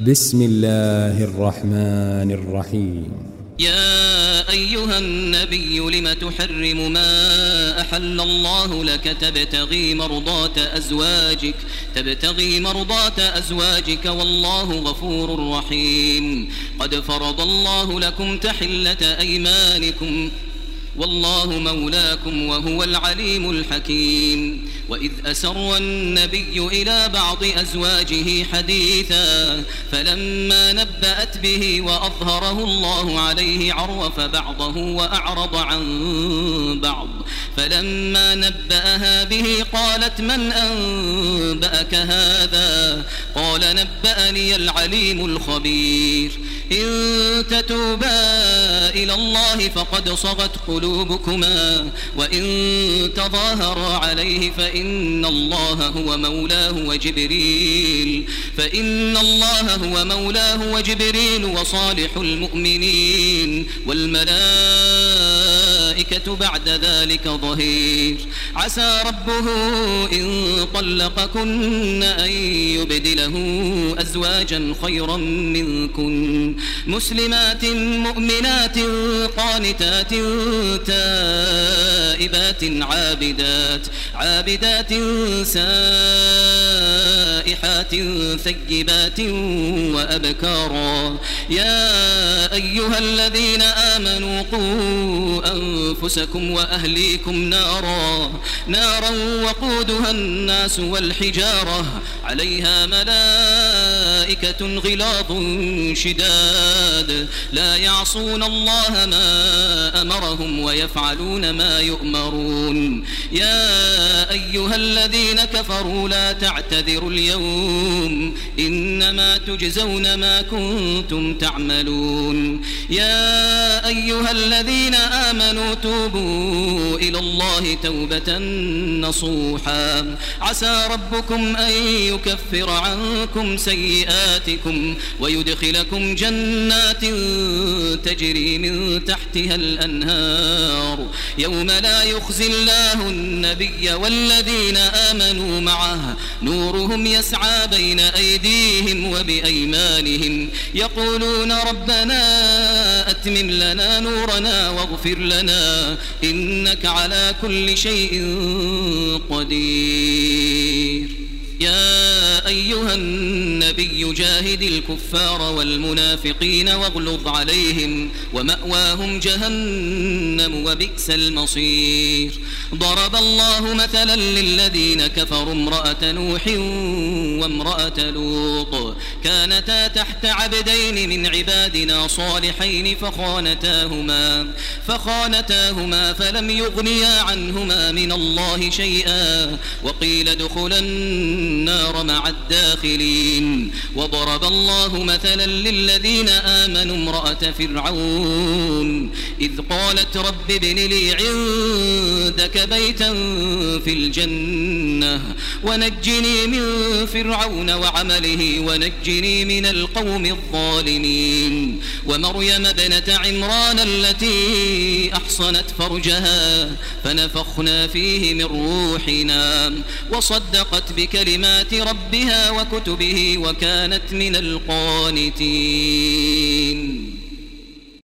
بسم الله الرحمن الرحيم. يا أيها النبي لم تحرم ما أحل الله لك تبتغي مرضات أزواجك والله غفور رحيم. قد فرض الله لكم تحلة أيمانكم والله مولاكم وهو العليم الحكيم. وإذ أسر النبي إلى بعض أزواجه حديثا فلما نبأت به وأظهره الله عليه عرف بعضه وأعرض عن بعض فلما نبأها به قالت من أنبأك هذا؟ قال نبأني العليم الخبير. إن تتوبا إلى الله فقد صغت قلوبكما وإن تظاهرا عليه فإن الله هو مولاه وجبريل وصالح المؤمنين والملائكة بعد ذلك ظهير. عسى ربه إن طلقكن أن يبدله أزواجا خيرا منكن مسلمات مؤمنات قانتات تائبات عابدات سائحات ثيبات وأبكارا. يا أيها الذين آمنوا قوا أنفسكم وأهليكم نارا وقودها الناس والحجارة عليها ملائكة غلاظ شداد لا يعصون الله ما أمرهم ويفعلون ما يؤمرون. يا أيها الذين كفروا لا تعتذروا اليوم إنما تجزون ما كنتم تعملون. يا أيها الذين آمنوا توبوا إلى الله توبة نصوحا عسى ربكم أن يكفر عنكم سيئاتكم ويدخلكم جنات تجري من تحتها الأنهار يوم لا يخزي الله النبي والذين آمنوا معه نورهم يسعى بين أيديهم وبأيمانهم يقولون ربنا أتمم لنا نورنا واغفر لنا إنك على كل شيء قدير. يا أيها النبي جاهد الكفار والمنافقين واغلظ عليهم ومأواهم جهنم وبئس المصير. ضرب الله مثلا للذين كفروا امرأة نوح وامرأة لوط كانتا تحت عبدين من عبادنا صالحين فخانتاهما فلم يغنيا عنهما من الله شيئا وقيل ادخلا النار مع الداخلين. وضرب الله مثلا للذين آمنوا امرأة فرعون إذ قالت رب ابن لي عندك بيتا في الجنة ونجني من فرعون وعمله ونجني من القوم الظالمين. ومريم ابنة عمران التي أحصنت فرجها فنفخنا فيه من روحنا وصدقت بكلمات ربها وكتبه وكانت من القانتين.